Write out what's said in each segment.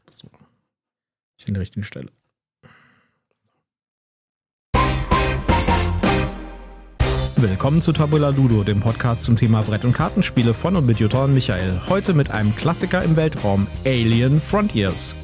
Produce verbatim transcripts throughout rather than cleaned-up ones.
So. Ich an der richtigen Stelle. Willkommen zu Tabula Ludo, dem Podcast zum Thema Brett- und Kartenspiele von und mit Jutta und Michael. Heute mit einem Klassiker im Weltraum, Alien Frontiers.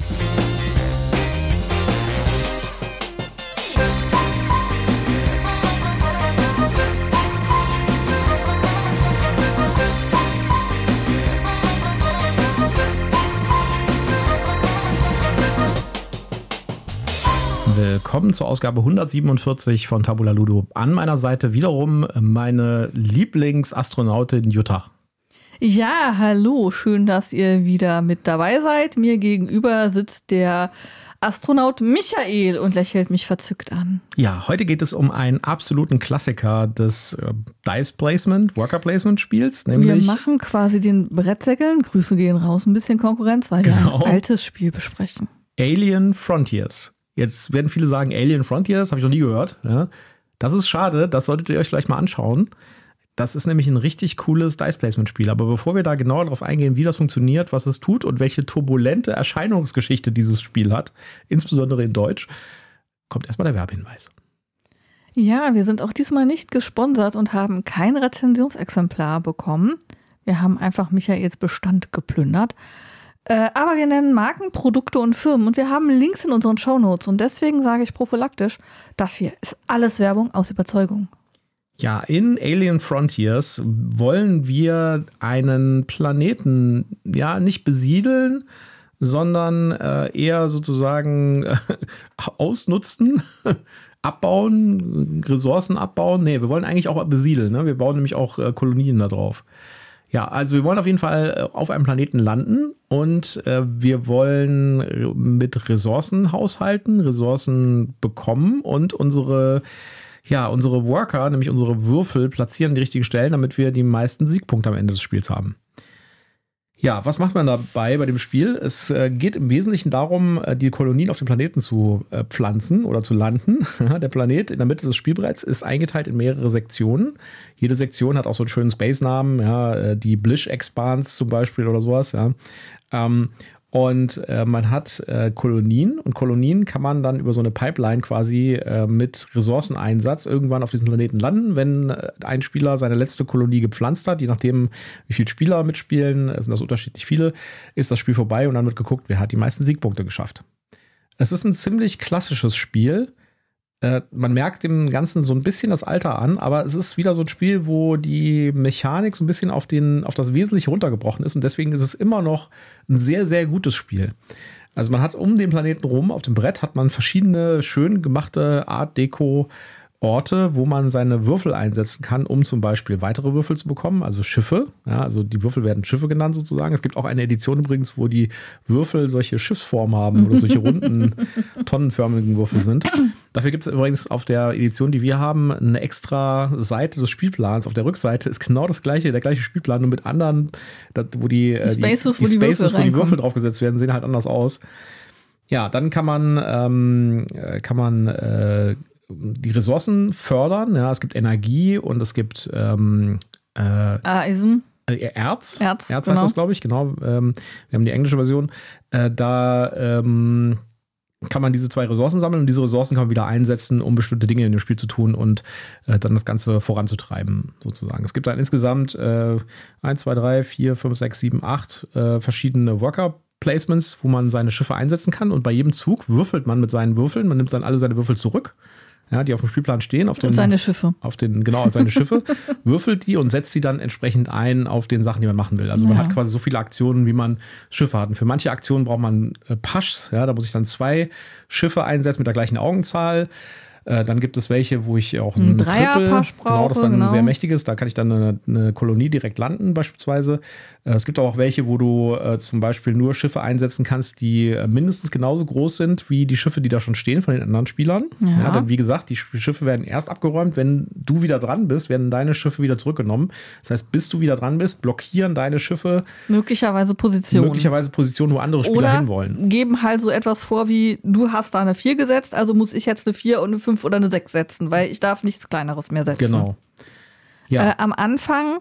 Willkommen zur Ausgabe hundertsiebenundvierzig von Tabula Ludo. An meiner Seite wiederum meine Lieblingsastronautin Jutta. Ja, hallo, schön, dass ihr wieder mit dabei seid. Mir gegenüber sitzt der Astronaut Michael und lächelt mich verzückt an. Ja, heute geht es um einen absoluten Klassiker des äh, Dice Placement, Worker Placement Spiels. Nämlich wir machen quasi den Brettsäckeln, Grüße gehen raus, ein bisschen Konkurrenz, weil genau. wir ein altes Spiel besprechen. Alien Frontiers. Jetzt werden viele sagen, Alien Frontiers, habe ich noch nie gehört. Ja, das ist schade, das solltet ihr euch vielleicht mal anschauen. Das ist nämlich ein richtig cooles Dice-Placement-Spiel. Aber bevor wir da genauer darauf eingehen, wie das funktioniert, was es tut und welche turbulente Erscheinungsgeschichte dieses Spiel hat, insbesondere in Deutsch, kommt erstmal der Werbehinweis. Ja, wir sind auch diesmal nicht gesponsert und haben kein Rezensionsexemplar bekommen. Wir haben einfach Michaels Bestand geplündert. Äh, aber wir nennen Marken, Produkte und Firmen und wir haben Links in unseren Shownotes und deswegen sage ich prophylaktisch, das hier ist alles Werbung aus Überzeugung. Ja, in Alien Frontiers wollen wir einen Planeten ja nicht besiedeln, sondern äh, eher sozusagen äh, ausnutzen, abbauen, Ressourcen abbauen. Nee, wir wollen eigentlich auch besiedeln, ne? Wir bauen nämlich auch äh, Kolonien da drauf. Ja, also wir wollen auf jeden Fall auf einem Planeten landen und äh, wir wollen mit Ressourcen haushalten, Ressourcen bekommen und unsere, ja, unsere Worker, nämlich unsere Würfel, platzieren an die richtigen Stellen, damit wir die meisten Siegpunkte am Ende des Spiels haben. Ja, was macht man dabei bei dem Spiel? Es äh, geht im Wesentlichen darum, äh, die Kolonien auf dem Planeten zu äh, pflanzen oder zu landen. Der Planet in der Mitte des Spielbretts ist eingeteilt in mehrere Sektionen. Jede Sektion hat auch so einen schönen Space-Namen, ja, äh, die Blish-Expanse zum Beispiel oder sowas. Ja. Ähm, und äh, man hat äh, Kolonien und Kolonien kann man dann über so eine Pipeline quasi äh, mit Ressourceneinsatz irgendwann auf diesem Planeten landen, wenn äh, ein Spieler seine letzte Kolonie gepflanzt hat. Je nachdem, wie viele Spieler mitspielen, sind das unterschiedlich viele, ist das Spiel vorbei und dann wird geguckt, wer hat die meisten Siegpunkte geschafft. Es ist ein ziemlich klassisches Spiel. Äh, man merkt dem Ganzen so ein bisschen das Alter an, aber es ist wieder so ein Spiel, wo die Mechanik so ein bisschen auf, den, auf das Wesentliche runtergebrochen ist und deswegen ist es immer noch ein sehr, sehr gutes Spiel. Also man hat um den Planeten rum, auf dem Brett hat man verschiedene schön gemachte Art-Deco Orte, wo man seine Würfel einsetzen kann, um zum Beispiel weitere Würfel zu bekommen, also Schiffe. Ja, also die Würfel werden Schiffe genannt sozusagen. Es gibt auch eine Edition übrigens, wo die Würfel solche Schiffsformen haben oder solche runden, tonnenförmigen Würfel sind. Dafür gibt es übrigens auf der Edition, die wir haben, eine extra Seite des Spielplans. Auf der Rückseite ist genau das gleiche, der gleiche Spielplan, nur mit anderen, wo die, die Spaces, die, die, die, Spaces, wo die Würfel draufgesetzt werden, sehen halt anders aus. Ja, dann kann man, ähm, kann man äh, die Ressourcen fördern. Ja, es gibt Energie und es gibt ähm, äh, Eisen. Äh, Erz. Erz, Erz genau. heißt das, glaube ich, genau. Ähm, wir haben die englische Version. Äh, da ähm, kann man diese zwei Ressourcen sammeln und diese Ressourcen kann man wieder einsetzen, um bestimmte Dinge in dem Spiel zu tun und äh, dann das Ganze voranzutreiben, sozusagen. Es gibt dann insgesamt äh, eins, zwei, drei, vier, fünf, sechs, sieben, acht äh, verschiedene Worker Placements, wo man seine Schiffe einsetzen kann und bei jedem Zug würfelt man mit seinen Würfeln, man nimmt dann alle seine Würfel zurück. Ja, die auf dem Spielplan stehen. Auf den, seine Schiffe. Auf den, genau, seine Schiffe. Würfelt die und setzt sie dann entsprechend ein auf den Sachen, die man machen will. Also ja. Man hat quasi so viele Aktionen, wie man Schiffe hat. Und für manche Aktionen braucht man äh, Paschs. Ja, da muss ich dann zwei Schiffe einsetzen mit der gleichen Augenzahl. Äh, dann gibt es welche, wo ich auch einen Dreier-Pasch brauche. Genau, das ist dann genau. ein sehr mächtiges. Da kann ich dann eine, eine Kolonie direkt landen beispielsweise. Äh, es gibt auch welche, wo du äh, zum Beispiel nur Schiffe einsetzen kannst, die äh, mindestens genauso groß sind wie die Schiffe, die da schon stehen von den anderen Spielern. Ja. Ja, denn wie gesagt, die Schiffe werden erst abgeräumt, wenn du wieder dran bist, werden deine Schiffe wieder zurückgenommen. Das heißt, bis du wieder dran bist, blockieren deine Schiffe möglicherweise Positionen. Möglicherweise Positionen, wo andere Spieler oder hinwollen. Geben halt so etwas vor wie, du hast da eine vier gesetzt, also muss ich jetzt eine vier und eine fünf oder eine sechs setzen, weil ich darf nichts Kleineres mehr setzen. Genau. Ja. Äh, am Anfang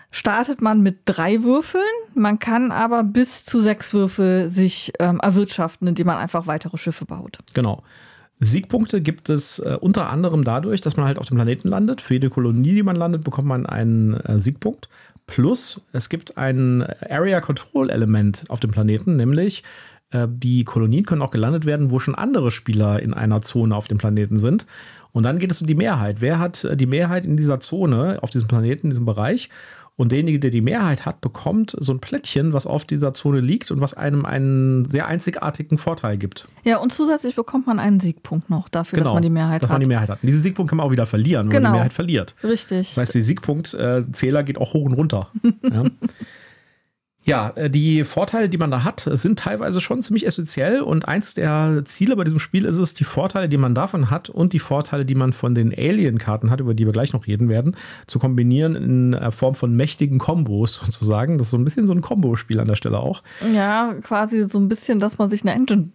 startet man mit drei Würfeln. Man kann aber bis zu sechs Würfel sich ähm, erwirtschaften, indem man einfach weitere Schiffe baut. Genau. Siegpunkte gibt es äh, unter anderem dadurch, dass man halt auf dem Planeten landet. Für jede Kolonie, die man landet, bekommt man einen äh, Siegpunkt. Plus, es gibt ein Area-Control-Element auf dem Planeten, nämlich äh, die Kolonien können auch gelandet werden, wo schon andere Spieler in einer Zone auf dem Planeten sind. Und dann geht es um die Mehrheit. Wer hat die Mehrheit in dieser Zone, auf diesem Planeten, in diesem Bereich? Und derjenige, der die Mehrheit hat, bekommt so ein Plättchen, was auf dieser Zone liegt und was einem einen sehr einzigartigen Vorteil gibt. Ja, und zusätzlich bekommt man einen Siegpunkt noch dafür, genau, dass man die Mehrheit dass hat. man die Mehrheit hat. Und diesen Siegpunkt kann man auch wieder verlieren, wenn genau. man die Mehrheit verliert. Richtig. Das heißt, der Siegpunktzähler geht auch hoch und runter. ja. Ja, die Vorteile, die man da hat, sind teilweise schon ziemlich essentiell und eins der Ziele bei diesem Spiel ist es, die Vorteile, die man davon hat und die Vorteile, die man von den Alien-Karten hat, über die wir gleich noch reden werden, zu kombinieren in Form von mächtigen Kombos sozusagen. Das ist so ein bisschen so ein Kombo-Spiel an der Stelle auch. Ja, quasi so ein bisschen, dass man sich eine Engine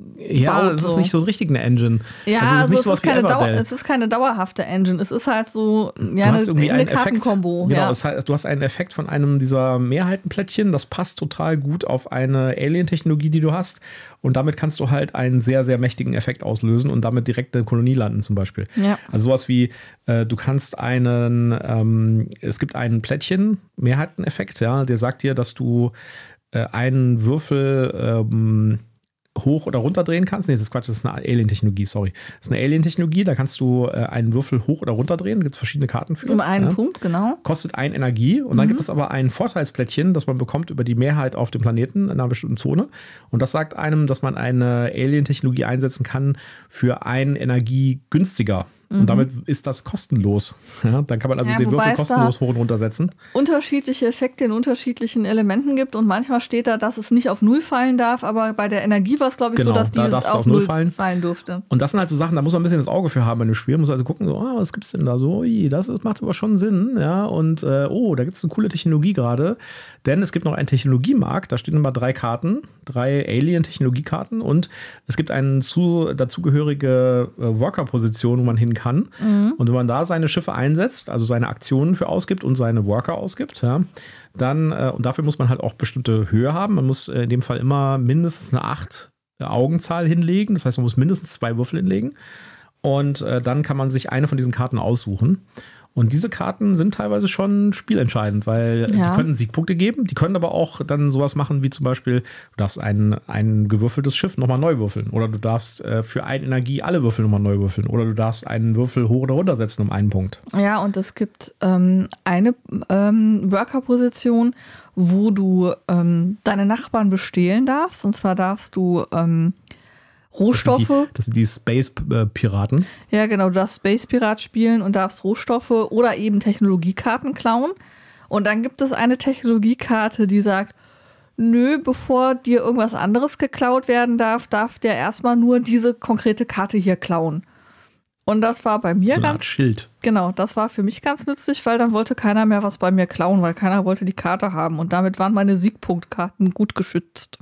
Ja, baut, es ist so. nicht so richtig eine Engine. Ja, also es ist, also nicht es, sowas ist keine wie Dauer, Everdell. es ist keine dauerhafte Engine. Es ist halt so ja, Du eine, hast irgendwie eine einen Effekt. Kartenkombo. Genau, Ja. das heißt, du hast einen Effekt von einem dieser Mehrheitenplättchen. Das passt total gut auf eine Alien-Technologie, die du hast. Und damit kannst du halt einen sehr, sehr mächtigen Effekt auslösen und damit direkt eine Kolonie landen zum Beispiel. Ja. Also sowas wie, äh, du kannst einen, ähm, es gibt einen Plättchen, Mehrheiteneffekt, ja, der sagt dir, dass du äh, einen Würfel ähm, hoch oder runter drehen kannst. Nee, das ist Quatsch, das ist eine Alien-Technologie, sorry. Das ist eine Alien-Technologie, da kannst du äh, einen Würfel hoch oder runter drehen. Da gibt es verschiedene Karten für. Um einen ja. Punkt, genau. Kostet ein Energie. Und dann mhm. gibt es aber ein Vorteilsplättchen, das man bekommt über die Mehrheit auf dem Planeten in einer bestimmten Zone. Und das sagt einem, dass man eine Alien-Technologie einsetzen kann für ein Energie günstiger. Und damit ist das kostenlos. Ja, dann kann man also ja, den Würfel kostenlos hoch und runter setzen. Unterschiedliche Effekte in unterschiedlichen Elementen gibt und manchmal steht da, dass es nicht auf Null fallen darf, aber bei der Energie war es, glaube ich, genau, so, dass da dieses auf, auf Null Null fallen. fallen durfte. Und das sind halt so Sachen, da muss man ein bisschen das Auge für haben bei dem Spiel. Man muss also gucken, so, oh, was gibt's denn da so? Ui, das ist, macht aber schon Sinn. Ja, und äh, oh, da gibt es eine coole Technologie gerade. Denn es gibt noch einen Technologiemarkt, da stehen immer drei Karten, drei Alien-Technologiekarten und es gibt eine zu, dazugehörige äh, Worker-Position, wo man hin kann. Mhm. Und wenn man da seine Schiffe einsetzt, also seine Aktionen für ausgibt und seine Worker ausgibt, ja, dann, äh, und dafür muss man halt auch bestimmte Höhe haben. Man muss äh, in dem Fall immer mindestens eine acht Augenzahl hinlegen. Das heißt, man muss mindestens zwei Würfel hinlegen. Und äh, dann kann man sich eine von diesen Karten aussuchen. Und diese Karten sind teilweise schon spielentscheidend, weil ja. die können Siegpunkte geben, die können aber auch dann sowas machen wie zum Beispiel, du darfst ein, ein gewürfeltes Schiff nochmal neu würfeln oder du darfst äh, für eine Energie alle Würfel nochmal neu würfeln oder du darfst einen Würfel hoch oder runter setzen um einen Punkt. Ja, und es gibt ähm, eine ähm, Worker-Position, wo du ähm, deine Nachbarn bestehlen darfst. Und zwar darfst du ähm, Rohstoffe. Das sind die, das sind die Space-Piraten. Ja, genau. Du darfst Space-Pirat spielen und darfst Rohstoffe oder eben Technologiekarten klauen. Und dann gibt es eine Technologiekarte, die sagt, nö, bevor dir irgendwas anderes geklaut werden darf, darf der erstmal nur diese konkrete Karte hier klauen. Und das war bei mir so eine ganz... Art Schild. Genau, das war für mich ganz nützlich, weil dann wollte keiner mehr was bei mir klauen, weil keiner wollte die Karte haben. Und damit waren meine Siegpunktkarten gut geschützt.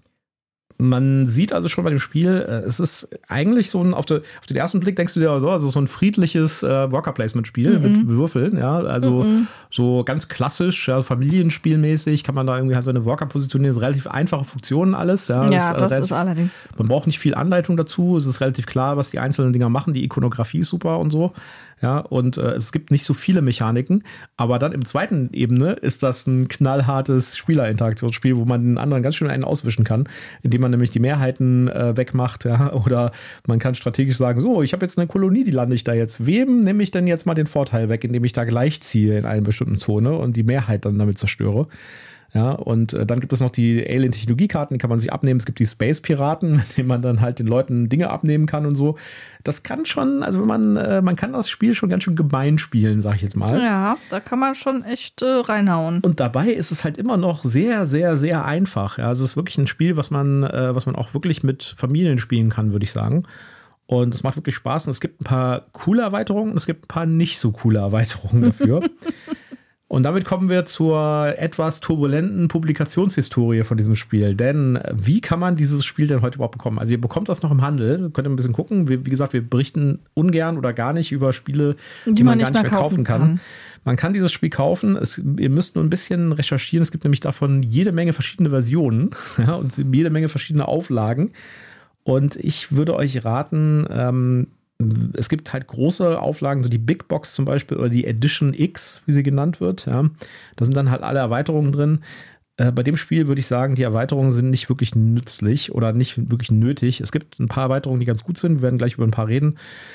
Man sieht also schon bei dem Spiel, es ist eigentlich so ein, auf, de, auf den ersten Blick denkst du dir so, also so ein friedliches äh, Worker-Placement-Spiel mm-hmm. mit Würfeln, ja, also mm-hmm. so ganz klassisch, ja, familienspielmäßig kann man da irgendwie halt so eine Worker positionieren, das relativ einfache Funktionen alles, ja. Ja, das, das relativ, ist allerdings. Man braucht nicht viel Anleitung dazu, es ist relativ klar, was die einzelnen Dinger machen, die Ikonografie ist super und so. Ja, und äh, es gibt nicht so viele Mechaniken, aber dann im zweiten Ebene ist das ein knallhartes Spielerinteraktionsspiel, wo man den anderen ganz schön einen auswischen kann, indem man nämlich die Mehrheiten äh, wegmacht, ja, oder man kann strategisch sagen, so, ich habe jetzt eine Kolonie, die lande ich da jetzt. Wem nehme ich denn jetzt mal den Vorteil weg, indem ich da gleich ziehe in einer bestimmten Zone und die Mehrheit dann damit zerstöre? Ja, und äh, dann gibt es noch die Alien-Technologiekarten, die kann man sich abnehmen. Es gibt die Space-Piraten, mit denen man dann halt den Leuten Dinge abnehmen kann und so. Das kann schon, also wenn man, äh, man kann das Spiel schon ganz schön gemein spielen, sag ich jetzt mal. Ja, da kann man schon echt äh, reinhauen. Und dabei ist es halt immer noch sehr, sehr, sehr einfach. Ja, also es ist wirklich ein Spiel, was man, äh, was man auch wirklich mit Familien spielen kann, würde ich sagen. Und es macht wirklich Spaß. Und es gibt ein paar coole Erweiterungen und es gibt ein paar nicht so coole Erweiterungen dafür. Und damit kommen wir zur etwas turbulenten Publikationshistorie von diesem Spiel. Denn wie kann man dieses Spiel denn heute überhaupt bekommen? Also ihr bekommt das noch im Handel, könnt ihr ein bisschen gucken. Wie, wie gesagt, wir berichten ungern oder gar nicht über Spiele, die, die man, man gar nicht mehr kaufen kann. kann. Man kann dieses Spiel kaufen. Es, ihr müsst nur ein bisschen recherchieren. Es gibt nämlich davon jede Menge verschiedene Versionen ja, und jede Menge verschiedene Auflagen. Und ich würde euch raten, ähm, es gibt halt große Auflagen, so die Big Box zum Beispiel oder die Edition X, wie sie genannt wird. Ja. Da sind dann halt alle Erweiterungen drin. Äh, bei dem Spiel würde ich sagen, die Erweiterungen sind nicht wirklich nützlich oder nicht wirklich nötig. Es gibt ein paar Erweiterungen, die ganz gut sind. Wir werden gleich über ein paar reden.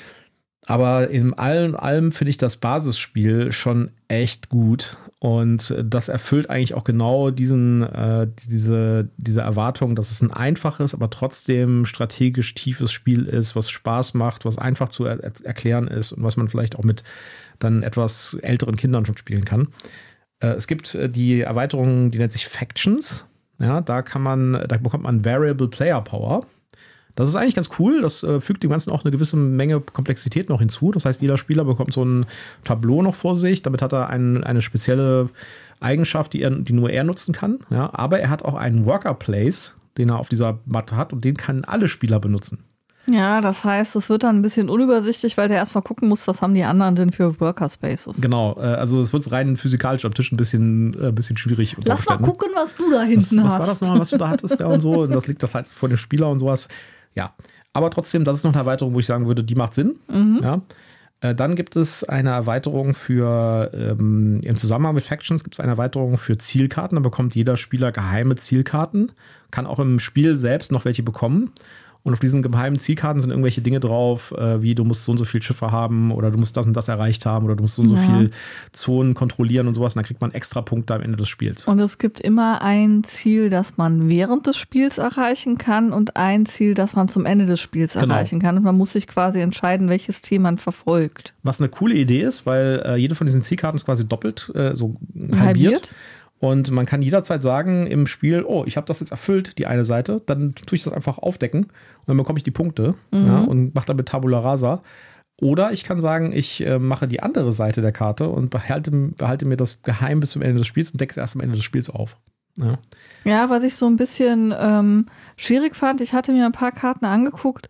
Aber in allem, allem finde ich das Basisspiel schon echt gut. Und das erfüllt eigentlich auch genau diesen, äh, diese, diese Erwartung, dass es ein einfaches, aber trotzdem strategisch tiefes Spiel ist, was Spaß macht, was einfach zu er- erklären ist und was man vielleicht auch mit dann etwas älteren Kindern schon spielen kann. Äh, es gibt die Erweiterung, die nennt sich Factions. Ja, da kann man, da bekommt man Variable Player Power. Das ist eigentlich ganz cool. Das äh, fügt dem Ganzen auch eine gewisse Menge Komplexität noch hinzu. Das heißt, jeder Spieler bekommt so ein Tableau noch vor sich. Damit hat er ein, eine spezielle Eigenschaft, die, er, die nur er nutzen kann. Ja, aber er hat auch einen Worker Place, den er auf dieser Matte hat. Und den können alle Spieler benutzen. Ja, das heißt, es wird dann ein bisschen unübersichtlich, weil der erstmal gucken muss, was haben die anderen denn für Worker Spaces. Genau, äh, also es wird rein physikalisch am Tisch ein bisschen, äh, bisschen schwierig. Lass mal gucken, was du da hinten was, hast. Was war das nochmal, was du da hattest ja, und so? Und das liegt das halt vor dem Spieler und sowas. Ja, aber trotzdem, das ist noch eine Erweiterung, wo ich sagen würde, die macht Sinn. Mhm. Ja. Äh, dann gibt es eine Erweiterung für, ähm, im Zusammenhang mit Factions gibt es eine Erweiterung für Zielkarten. Da bekommt jeder Spieler geheime Zielkarten, kann auch im Spiel selbst noch welche bekommen. Und auf diesen geheimen Zielkarten sind irgendwelche Dinge drauf, äh, wie du musst so und so viel Schiffe haben oder du musst das und das erreicht haben oder du musst so und so ja. viel Zonen kontrollieren und sowas. Und dann kriegt man extra Punkte am Ende des Spiels. Und es gibt immer ein Ziel, das man während des Spiels erreichen kann und ein Ziel, das man zum Ende des Spiels genau. erreichen kann. Und man muss sich quasi entscheiden, welches Ziel man verfolgt. Was eine coole Idee ist, weil äh, jede von diesen Zielkarten ist quasi doppelt äh, so halbiert. halbiert. Und man kann jederzeit sagen im Spiel, oh, ich habe das jetzt erfüllt, die eine Seite, dann tue ich das einfach aufdecken und dann bekomme ich die Punkte mhm. ja, und mache damit Tabula Rasa. Oder ich kann sagen, ich äh, mache die andere Seite der Karte und behalte, behalte mir das geheim bis zum Ende des Spiels und decke es erst am Ende des Spiels auf. Ja, ja, was ich so ein bisschen ähm, schwierig fand, ich hatte mir ein paar Karten angeguckt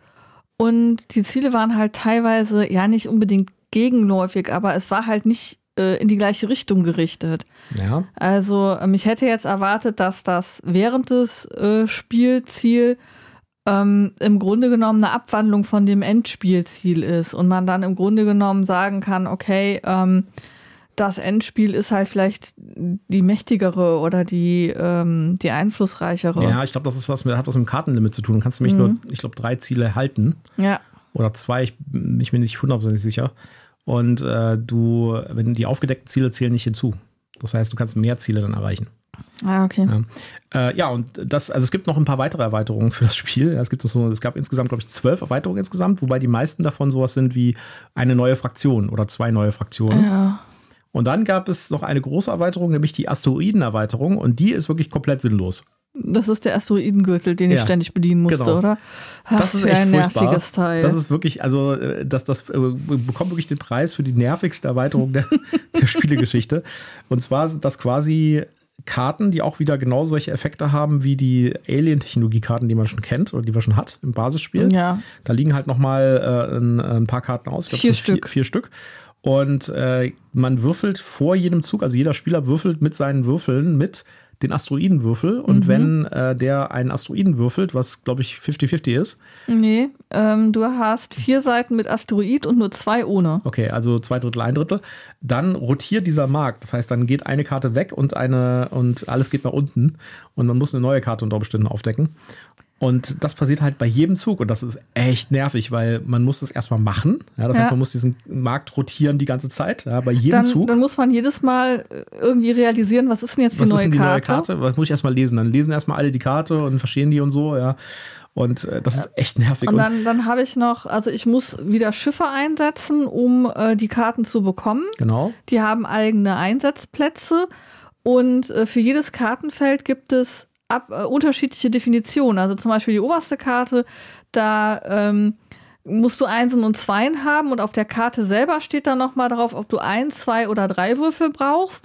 und die Ziele waren halt teilweise ja nicht unbedingt gegenläufig, aber es war halt nicht in die gleiche Richtung gerichtet. Ja. Also ich hätte jetzt erwartet, dass das während des äh, Spielziel ähm, im Grunde genommen eine Abwandlung von dem Endspielziel ist und man dann im Grunde genommen sagen kann, okay, ähm, das Endspiel ist halt vielleicht die mächtigere oder die, ähm, die einflussreichere. Ja, ich glaube, das ist was mit, hat was mit dem Kartenlimit zu tun. Du kannst nämlich mhm. nur, ich glaube, drei Ziele halten. Ja. Oder zwei, ich bin mir nicht hundertprozentig sicher. Und äh, du, wenn die aufgedeckten Ziele zählen nicht hinzu. Das heißt, du kannst mehr Ziele dann erreichen. Ah, okay. Ja, äh, ja und das, also es gibt noch ein paar weitere Erweiterungen für das Spiel. Ja, es gibt so, es gab insgesamt, glaube ich, zwölf Erweiterungen insgesamt, wobei die meisten davon sowas sind wie eine neue Fraktion oder zwei neue Fraktionen. Ja. Und dann gab es noch eine große Erweiterung, nämlich die Asteroiden-Erweiterung. Und die ist wirklich komplett sinnlos. Das ist der Asteroidengürtel, den ja, ich ständig bedienen musste, genau. oder? Ach, das ist echt ein furchtbar. Nerviges Teil. Das ist wirklich, also das, das äh, bekommt wirklich den Preis für die nervigste Erweiterung der, der Spielegeschichte. Und zwar sind das quasi Karten, die auch wieder genau solche Effekte haben wie die Alien-Technologie-Karten, die man schon kennt oder die man schon hat im Basisspiel. Ja. Da liegen halt noch mal äh, ein, ein paar Karten aus. Ich glaub, vier das sind Stück. Vier, vier Stück. Und äh, man würfelt vor jedem Zug, also jeder Spieler würfelt mit seinen Würfeln mit den Asteroidenwürfel. Und Mhm. wenn äh, der einen Asteroiden würfelt, was glaube ich fünfzig fünfzig ist. Nee, ähm, du hast vier Seiten mit Asteroid und nur zwei ohne. Okay, also zwei Drittel, ein Drittel. Dann rotiert dieser Markt. Das heißt, dann geht eine Karte weg und eine und alles geht nach unten. Und man muss eine neue Karte unter Umständen aufdecken. Und das passiert halt bei jedem Zug und das ist echt nervig, weil man muss das erstmal machen. Ja, das Ja. heißt, man muss diesen Markt rotieren die ganze Zeit, ja, bei jedem Dann, Zug. dann muss man jedes Mal irgendwie realisieren, was ist denn jetzt die Was neue ist denn die Karte? neue Karte? Was muss ich erstmal lesen? Dann lesen erstmal alle die Karte und verstehen die und so, ja. Und äh, das ist echt nervig. Und dann, dann habe ich noch, also ich muss wieder Schiffe einsetzen, um äh, die Karten zu bekommen. Genau. Die haben eigene Einsatzplätze und äh, für jedes Kartenfeld gibt es ab, äh, unterschiedliche Definitionen. Also zum Beispiel die oberste Karte, da ähm, musst du Einsen und Zweien haben und auf der Karte selber steht dann nochmal drauf, ob du ein, zwei oder drei Würfel brauchst.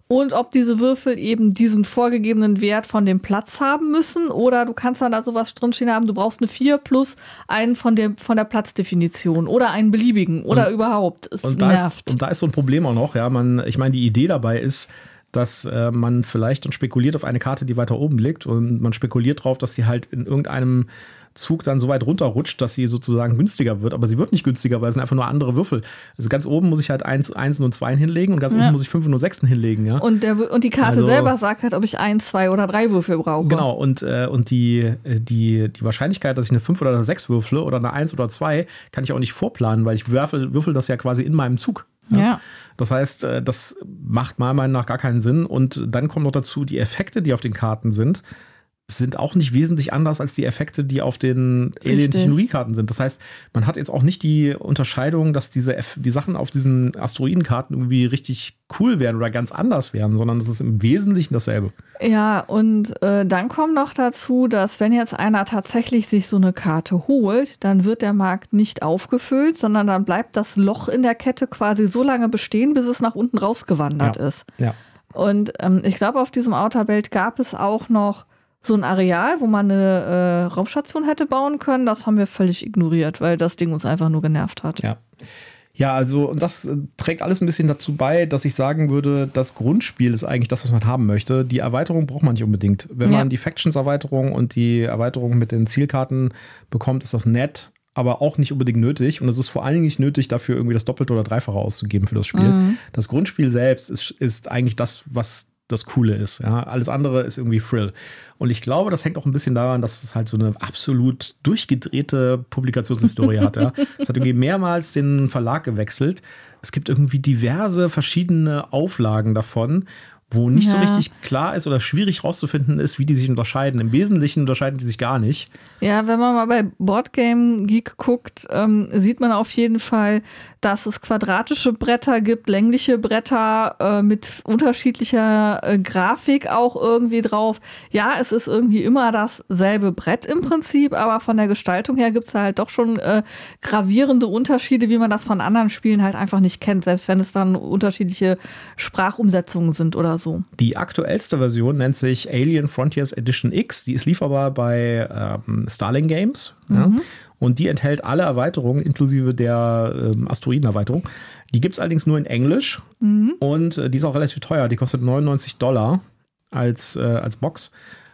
und ob diese Würfel eben diesen vorgegebenen Wert von dem Platz haben müssen oder du kannst dann da sowas drinstehen haben, du brauchst eine vier plus einen von der, von der Platzdefinition oder einen beliebigen oder und, überhaupt. Es und, da nervt. Ist, und da ist so ein Problem auch noch. Ja, man, ich meine, die Idee dabei ist, dass äh, man vielleicht und spekuliert auf eine Karte, die weiter oben liegt und man spekuliert drauf, dass sie halt in irgendeinem Zug dann so weit runterrutscht, dass sie sozusagen günstiger wird, aber sie wird nicht günstiger, weil es sind einfach nur andere Würfel. Also ganz oben muss ich halt eins, eins und zwei hinlegen und ganz ja. unten muss ich fünf und sechs hinlegen. Ja? Und, der, und die Karte also, selber sagt halt, ob ich eins, zwei oder drei Würfel brauche. Genau, und, äh, und die, die, die Wahrscheinlichkeit, dass ich eine fünf oder eine sechs würfle oder eine eins oder zwei, kann ich auch nicht vorplanen, weil ich würfel, würfel das ja quasi in meinem Zug. Ja. ja. Das heißt, das macht meiner Meinung nach gar keinen Sinn. Und dann kommen noch dazu die Effekte, die auf den Karten sind, sind auch nicht wesentlich anders als die Effekte, die auf den Alien-Technologie-Karten sind. Das heißt, man hat jetzt auch nicht die Unterscheidung, dass diese F- die Sachen auf diesen Asteroidenkarten irgendwie richtig cool wären oder ganz anders wären, sondern es ist im Wesentlichen dasselbe. Ja, und äh, dann kommt noch dazu, dass wenn jetzt einer tatsächlich sich so eine Karte holt, dann wird der Markt nicht aufgefüllt, sondern dann bleibt das Loch in der Kette quasi so lange bestehen, bis es nach unten rausgewandert ja. ist. Ja. Und ähm, ich glaube, auf diesem Outer Belt gab es auch noch so ein Areal, wo man eine äh, Raumstation hätte bauen können. Das haben wir völlig ignoriert, weil das Ding uns einfach nur genervt hat. Ja, ja, also und das äh, trägt alles ein bisschen dazu bei, dass ich sagen würde, das Grundspiel ist eigentlich das, was man haben möchte. Die Erweiterung braucht man nicht unbedingt. Wenn ja. man die Factions-Erweiterung und die Erweiterung mit den Zielkarten bekommt, ist das nett, aber auch nicht unbedingt nötig. Und es ist vor allen Dingen nicht nötig, dafür irgendwie das Doppelte oder Dreifache auszugeben für das Spiel. Mhm. Das Grundspiel selbst ist, ist eigentlich das, was das Coole ist. Ja. Alles andere ist irgendwie Frill. Und ich glaube, das hängt auch ein bisschen daran, dass es halt so eine absolut durchgedrehte Publikationshistorie hat. Ja. Es hat irgendwie mehrmals den Verlag gewechselt. Es gibt irgendwie diverse verschiedene Auflagen davon, wo nicht ja. so richtig klar ist oder schwierig rauszufinden ist, wie die sich unterscheiden. Im Wesentlichen unterscheiden die sich gar nicht. Ja, wenn man mal bei Boardgame Geek guckt, ähm, sieht man auf jeden Fall, dass es quadratische Bretter gibt, längliche Bretter äh, mit unterschiedlicher äh, Grafik auch irgendwie drauf. Ja, es ist irgendwie immer dasselbe Brett im Prinzip, aber von der Gestaltung her gibt es halt doch schon äh, gravierende Unterschiede, wie man das von anderen Spielen halt einfach nicht kennt, selbst wenn es dann unterschiedliche Sprachumsetzungen sind oder so. So. Die aktuellste Version nennt sich Alien Frontiers Edition X. Die ist lieferbar bei ähm, Starling Games. Mhm. Ja. Und die enthält alle Erweiterungen, inklusive der ähm, Asteroiden-Erweiterung. Die gibt es allerdings nur in Englisch. Mhm. Und äh, die ist auch relativ teuer. Die kostet neunundneunzig Dollar als, äh, als Box.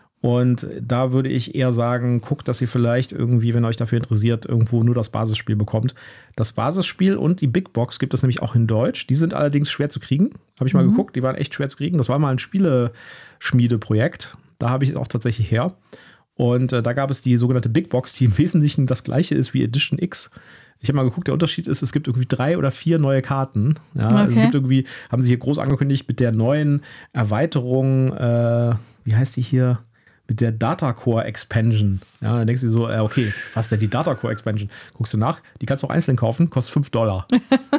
Und da würde ich eher sagen, guckt, dass ihr vielleicht irgendwie, wenn ihr euch dafür interessiert, irgendwo nur das Basisspiel bekommt. Das Basisspiel und die Big Box gibt es nämlich auch in Deutsch. Die sind allerdings schwer zu kriegen. Habe ich mal mhm. geguckt, die waren echt schwer zu kriegen. Das war mal ein Spieleschmiedeprojekt. Da habe ich es auch tatsächlich her. Und äh, da gab es die sogenannte Big Box, die im Wesentlichen das gleiche ist wie Edition X. Ich habe mal geguckt, der Unterschied ist, es gibt irgendwie drei oder vier neue Karten. Ja, okay. Es gibt irgendwie, haben sie hier groß angekündigt, mit der neuen Erweiterung, äh, wie heißt die hier? Mit der Datacore Expansion. Ja, dann denkst du dir so, äh, okay, was ist denn die Datacore Expansion? Guckst du nach, die kannst du auch einzeln kaufen, kostet fünf Dollar.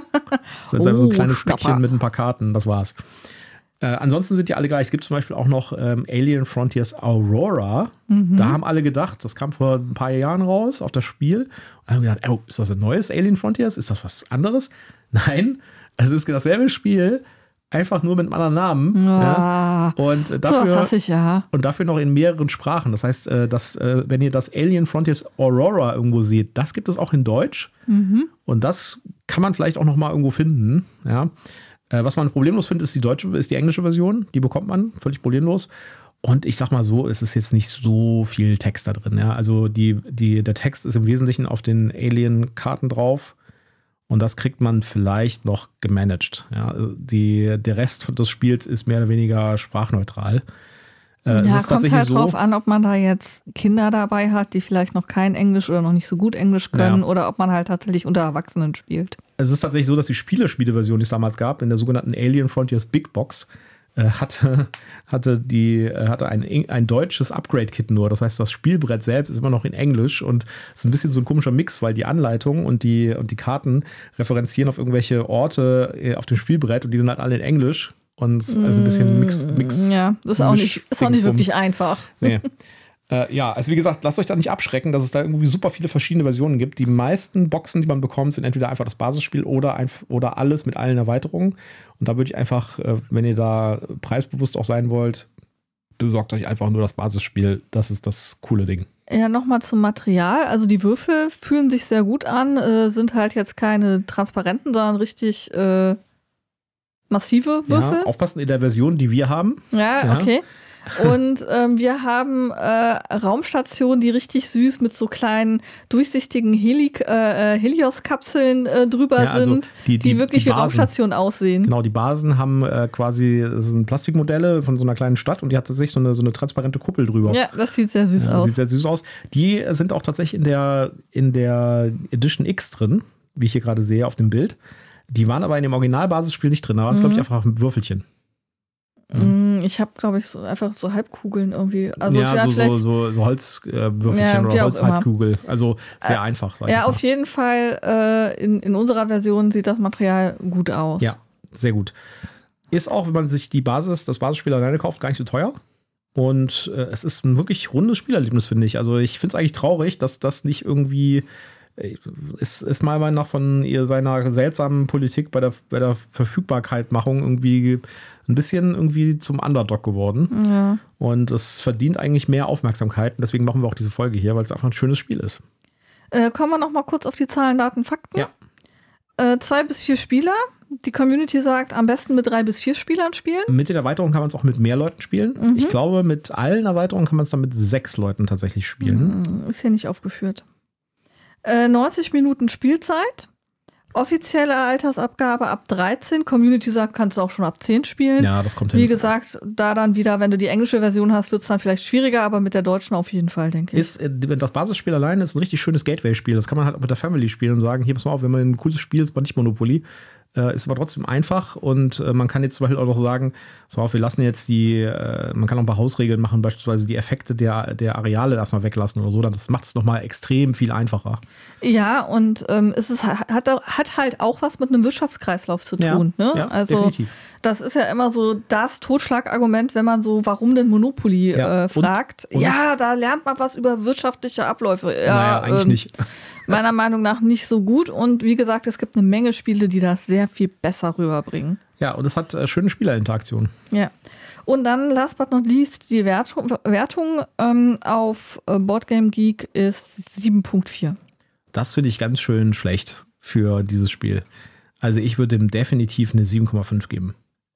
So, jetzt oh, einfach so ein kleines Stückchen mit ein paar Karten, das war's. Äh, ansonsten sind die alle gleich. Es gibt zum Beispiel auch noch ähm, Alien Frontiers Aurora. Mhm. Da haben alle gedacht, das kam vor ein paar Jahren raus auf das Spiel. Und haben gedacht, oh, ist das ein neues Alien Frontiers? Ist das was anderes? Nein, es ist dasselbe Spiel, einfach nur mit einem anderen Namen. Oh, ja. Und dafür, so was hasse ich, ja. Und dafür noch in mehreren Sprachen. Das heißt, dass, wenn ihr das Alien Frontiers Aurora irgendwo seht, das gibt es auch in Deutsch. Mhm. Und das kann man vielleicht auch noch mal irgendwo finden. Ja. Was man problemlos findet, ist die deutsche, ist die englische Version. Die bekommt man völlig problemlos. Und ich sag mal so, es ist jetzt nicht so viel Text da drin. Ja. Also die, die, der Text ist im Wesentlichen auf den Alien-Karten drauf. Und das kriegt man vielleicht noch gemanagt. Ja, die, der Rest des Spiels ist mehr oder weniger sprachneutral. Äh, ja, es ist kommt halt so, drauf an, ob man da jetzt Kinder dabei hat, die vielleicht noch kein Englisch oder noch nicht so gut Englisch können, ja. oder ob man halt tatsächlich unter Erwachsenen spielt. Es ist tatsächlich so, dass die Spieleschmiedeversion, die es damals gab, in der sogenannten Alien Frontiers Big Box, hatte, hatte, die, hatte ein, ein deutsches Upgrade-Kit nur. Das heißt, das Spielbrett selbst ist immer noch in Englisch und es ist ein bisschen so ein komischer Mix, weil die Anleitung und die, und die Karten referenzieren auf irgendwelche Orte auf dem Spielbrett und die sind halt alle in Englisch. Und also ein bisschen Mix. Mix ja, das ist auch nicht, ist auch nicht wirklich einfach. Nee. Äh, ja, also wie gesagt, lasst euch da nicht abschrecken, dass es da irgendwie super viele verschiedene Versionen gibt. Die meisten Boxen, die man bekommt, sind entweder einfach das Basisspiel oder, ein, oder alles mit allen Erweiterungen. Und da würde ich einfach, äh, wenn ihr da preisbewusst auch sein wollt, besorgt euch einfach nur das Basisspiel. Das ist das coole Ding. Ja, nochmal zum Material. Also die Würfel fühlen sich sehr gut an, äh, sind halt jetzt keine transparenten, sondern richtig äh, massive Würfel. Ja, aufpassen in der Version, die wir haben. Ja, ja. Okay. Und ähm, wir haben äh, Raumstationen, die richtig süß mit so kleinen durchsichtigen Heli- äh, Helios-Kapseln äh, drüber ja, also sind, die, die, die wirklich die wie Raumstationen aussehen. Genau, die Basen haben äh, quasi, das sind Plastikmodelle von so einer kleinen Stadt und die hat tatsächlich so eine, so eine transparente Kuppel drüber. Ja, das sieht sehr süß ja, aus. Sieht sehr süß aus. Die sind auch tatsächlich in der, in der Edition X drin, wie ich hier gerade sehe auf dem Bild. Die waren aber in dem Originalbasisspiel nicht drin, da waren es, mhm. glaube ich, einfach Würfelchen. Mhm. Ich habe, glaube ich, so einfach so Halbkugeln irgendwie. Also ja, so, so, so, so Holzwürfelchen äh, ja, oder Holzhalbkugel. Also sehr äh, einfach, sag ich Ja, mal. auf jeden Fall äh, in, in unserer Version sieht das Material gut aus. Ja, sehr gut. Ist auch, wenn man sich die Basis, das Basisspiel alleine kauft, gar nicht so teuer. Und äh, es ist ein wirklich rundes Spielerlebnis, finde ich. Also ich finde es eigentlich traurig, dass das nicht irgendwie ist, ist mal nach von ihr seiner seltsamen Politik bei der, bei der Verfügbarkeitmachung irgendwie ein bisschen irgendwie zum Underdog geworden. Ja. Und es verdient eigentlich mehr Aufmerksamkeit. Und deswegen machen wir auch diese Folge hier, weil es einfach ein schönes Spiel ist. Äh, kommen wir noch mal kurz auf die Zahlen, Daten, Fakten. Ja. Äh, zwei bis vier Spieler. Die Community sagt, am besten mit drei bis vier Spielern spielen. Mit den Erweiterungen kann man es auch mit mehr Leuten spielen. Mhm. Ich glaube, mit allen Erweiterungen kann man es dann mit sechs Leuten tatsächlich spielen. Mhm. Ist hier nicht aufgeführt. neunzig Minuten Spielzeit, offizielle Altersabgabe ab dreizehn, Community sagt, kannst du auch schon ab zehn spielen. Ja, das kommt hin. Wie gesagt, da dann wieder, wenn du die englische Version hast, wird es dann vielleicht schwieriger, aber mit der deutschen auf jeden Fall, denke ich. Ist, das Basisspiel alleine ist ein richtig schönes Gateway-Spiel. Das kann man halt auch mit der Family spielen und sagen, hier, pass mal auf, wenn man ein cooles Spiel ist, aber nicht Monopoly. Äh, ist aber trotzdem einfach und äh, man kann jetzt zum Beispiel auch noch sagen, so, wir lassen jetzt die, äh, man kann auch ein paar Hausregeln machen, beispielsweise die Effekte der, der Areale erstmal weglassen oder so, das macht es nochmal extrem viel einfacher. Ja, und ähm, es ist, hat, hat halt auch was mit einem Wirtschaftskreislauf zu tun. Ja, ne? ja, also definitiv. Das ist ja immer so das Totschlagargument, wenn man so, warum denn Monopoly ja. äh, fragt. Und, und ja, da lernt man was über wirtschaftliche Abläufe. Ja, naja, eigentlich ähm, nicht. Meiner Meinung nach nicht so gut. Und wie gesagt, es gibt eine Menge Spiele, die das sehr viel besser rüberbringen. Ja, und es hat äh, schöne Spielerinteraktionen. Ja. Und dann, last but not least, die Wertung, Wertung ähm, auf äh, Boardgame Geek ist sieben Komma vier. Das finde ich ganz schön schlecht für dieses Spiel. Also ich würde ihm definitiv eine sieben Komma fünf geben.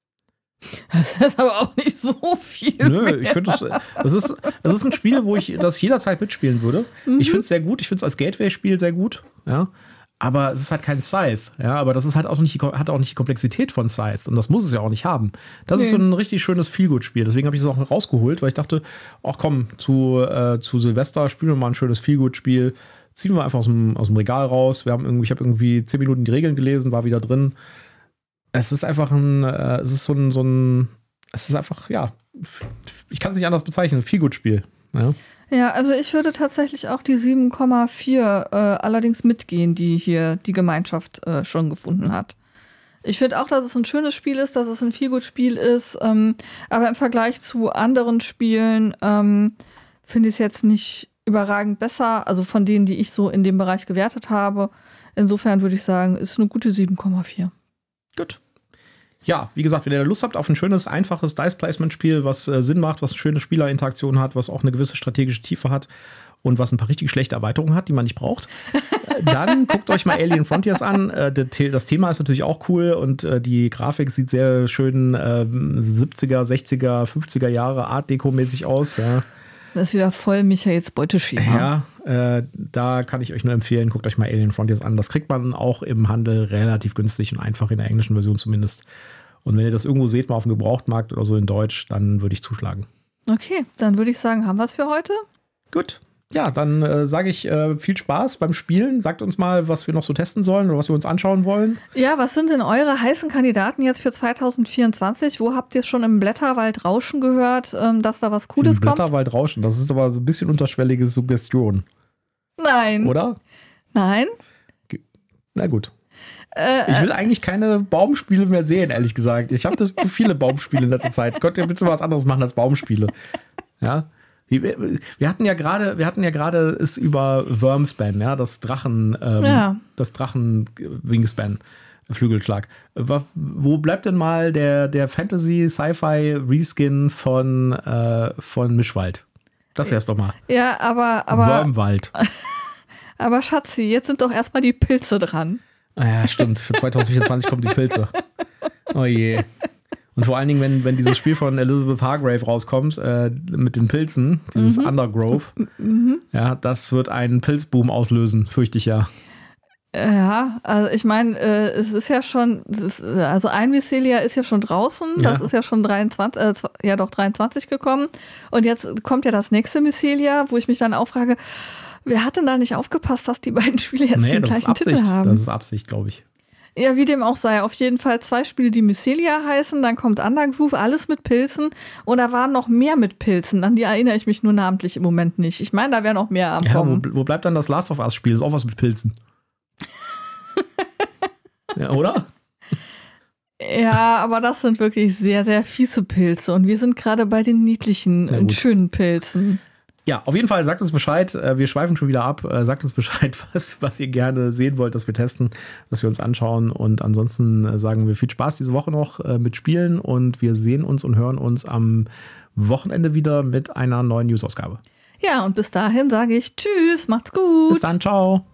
Das ist aber auch nicht so viel. Nö, mehr. ich finde, das, das, ist, das ist ein Spiel, wo ich das jederzeit mitspielen würde. Mhm. Ich finde es sehr gut. Ich finde es als Gateway-Spiel sehr gut. Ja. Aber es ist halt kein Scythe. Ja. Aber das ist halt auch nicht, hat auch nicht die Komplexität von Scythe. Und das muss es ja auch nicht haben. Das nee. ist so ein richtig schönes Feelgood-Spiel. Deswegen habe ich es auch rausgeholt, weil ich dachte, ach komm, zu, äh, zu Silvester spielen wir mal ein schönes Feelgood-Spiel. Ziehen wir einfach aus dem, aus dem Regal raus. Wir haben irgendwie, ich habe irgendwie zehn Minuten die Regeln gelesen, war wieder drin. Es ist einfach ein, äh, es ist so ein, so ein, es ist einfach, ja, ich kann es nicht anders bezeichnen, ein Feelgood-Spiel. Ja. ja, also ich würde tatsächlich auch die sieben Komma vier äh, allerdings mitgehen, die hier die Gemeinschaft äh, schon gefunden hat. Ich finde auch, dass es ein schönes Spiel ist, dass es ein Feelgood-Spiel ist, ähm, aber im Vergleich zu anderen Spielen ähm, finde ich es jetzt nicht überragend besser, also von denen, die ich so in dem Bereich gewertet habe. Insofern würde ich sagen, ist eine gute sieben Komma vier. Gut. Ja, wie gesagt, wenn ihr Lust habt auf ein schönes, einfaches Dice-Placement-Spiel, was äh, Sinn macht, was eine schöne Spielerinteraktion hat, was auch eine gewisse strategische Tiefe hat und was ein paar richtig schlechte Erweiterungen hat, die man nicht braucht, äh, dann guckt euch mal Alien Frontiers an. Äh, das Thema ist natürlich auch cool und äh, die Grafik sieht sehr schön äh, siebziger, sechziger, fünfziger Jahre Art-Deko-mäßig aus. Ja. Das ist wieder voll Michaels Beuteschema. Ja, äh, da kann ich euch nur empfehlen, guckt euch mal Alien Frontiers an. Das kriegt man auch im Handel relativ günstig und einfach in der englischen Version zumindest. Und wenn ihr das irgendwo seht, mal auf dem Gebrauchtmarkt oder so in Deutsch, dann würde ich zuschlagen. Okay, dann würde ich sagen, haben wir es für heute? Gut. Ja, dann äh, sage ich äh, viel Spaß beim Spielen. Sagt uns mal, was wir noch so testen sollen oder was wir uns anschauen wollen. Ja, was sind denn eure heißen Kandidaten jetzt für zwanzig vierundzwanzig? Wo habt ihr es schon im Blätterwald Rauschen gehört, ähm, dass da was Cooles Im kommt? Blätterwald Rauschen, das ist aber so ein bisschen unterschwellige Suggestion. Nein. Oder? Nein. Na gut. Äh, ich will eigentlich keine Baumspiele mehr sehen, ehrlich gesagt. Ich habe zu viele Baumspiele in letzter Zeit. Könnt ihr bitte was anderes machen als Baumspiele? Ja. Wir, wir hatten ja gerade, wir hatten ja gerade es über Wormspan, ja, das Drachen, ähm, Ja. das Drachen-Wingspan, Flügelschlag. Wo bleibt denn mal der, der Fantasy-Sci-Fi-Reskin von, äh, von Mischwald? Das wär's doch mal. Ja, aber, aber, Wormwald. aber Schatzi, jetzt sind doch erstmal die Pilze dran. Ah ja, stimmt. Für zwanzig vierundzwanzig kommen die Pilze. Oh je. Und vor allen Dingen, wenn, wenn dieses Spiel von Elizabeth Hargrave rauskommt, äh, mit den Pilzen, dieses mhm. Undergrowth, mhm. ja, das wird einen Pilzboom auslösen, fürchte ich ja. Ja, also ich meine, äh, es ist ja schon, es ist, also ein Mycelia ist ja schon draußen, ja. Das ist ja schon dreiundzwanzig, äh, ja doch dreiundzwanzig gekommen und jetzt kommt ja das nächste Mycelia, wo ich mich dann auch frage, wer hat denn da nicht aufgepasst, dass die beiden Spiele jetzt nee, den gleichen Titel haben? Das ist Absicht, glaube ich. Ja, wie dem auch sei, auf jeden Fall zwei Spiele, die Mycelia heißen, dann kommt Undergroove, alles mit Pilzen und da waren noch mehr mit Pilzen, an die erinnere ich mich nur namentlich im Moment nicht. Ich meine, da wäre noch mehr am ja, kommen. Wo, wo bleibt dann das Last of Us Spiel? Das ist auch was mit Pilzen. Ja, oder? Ja, aber das sind wirklich sehr, sehr fiese Pilze und wir sind gerade bei den niedlichen und schönen Pilzen. Ja, auf jeden Fall sagt uns Bescheid. Wir schweifen schon wieder ab. Sagt uns Bescheid, was, was ihr gerne sehen wollt, dass wir testen, dass wir uns anschauen. Und ansonsten sagen wir viel Spaß diese Woche noch mit Spielen und wir sehen uns und hören uns am Wochenende wieder mit einer neuen News-Ausgabe. Ja, und bis dahin sage ich Tschüss, macht's gut. Bis dann, ciao.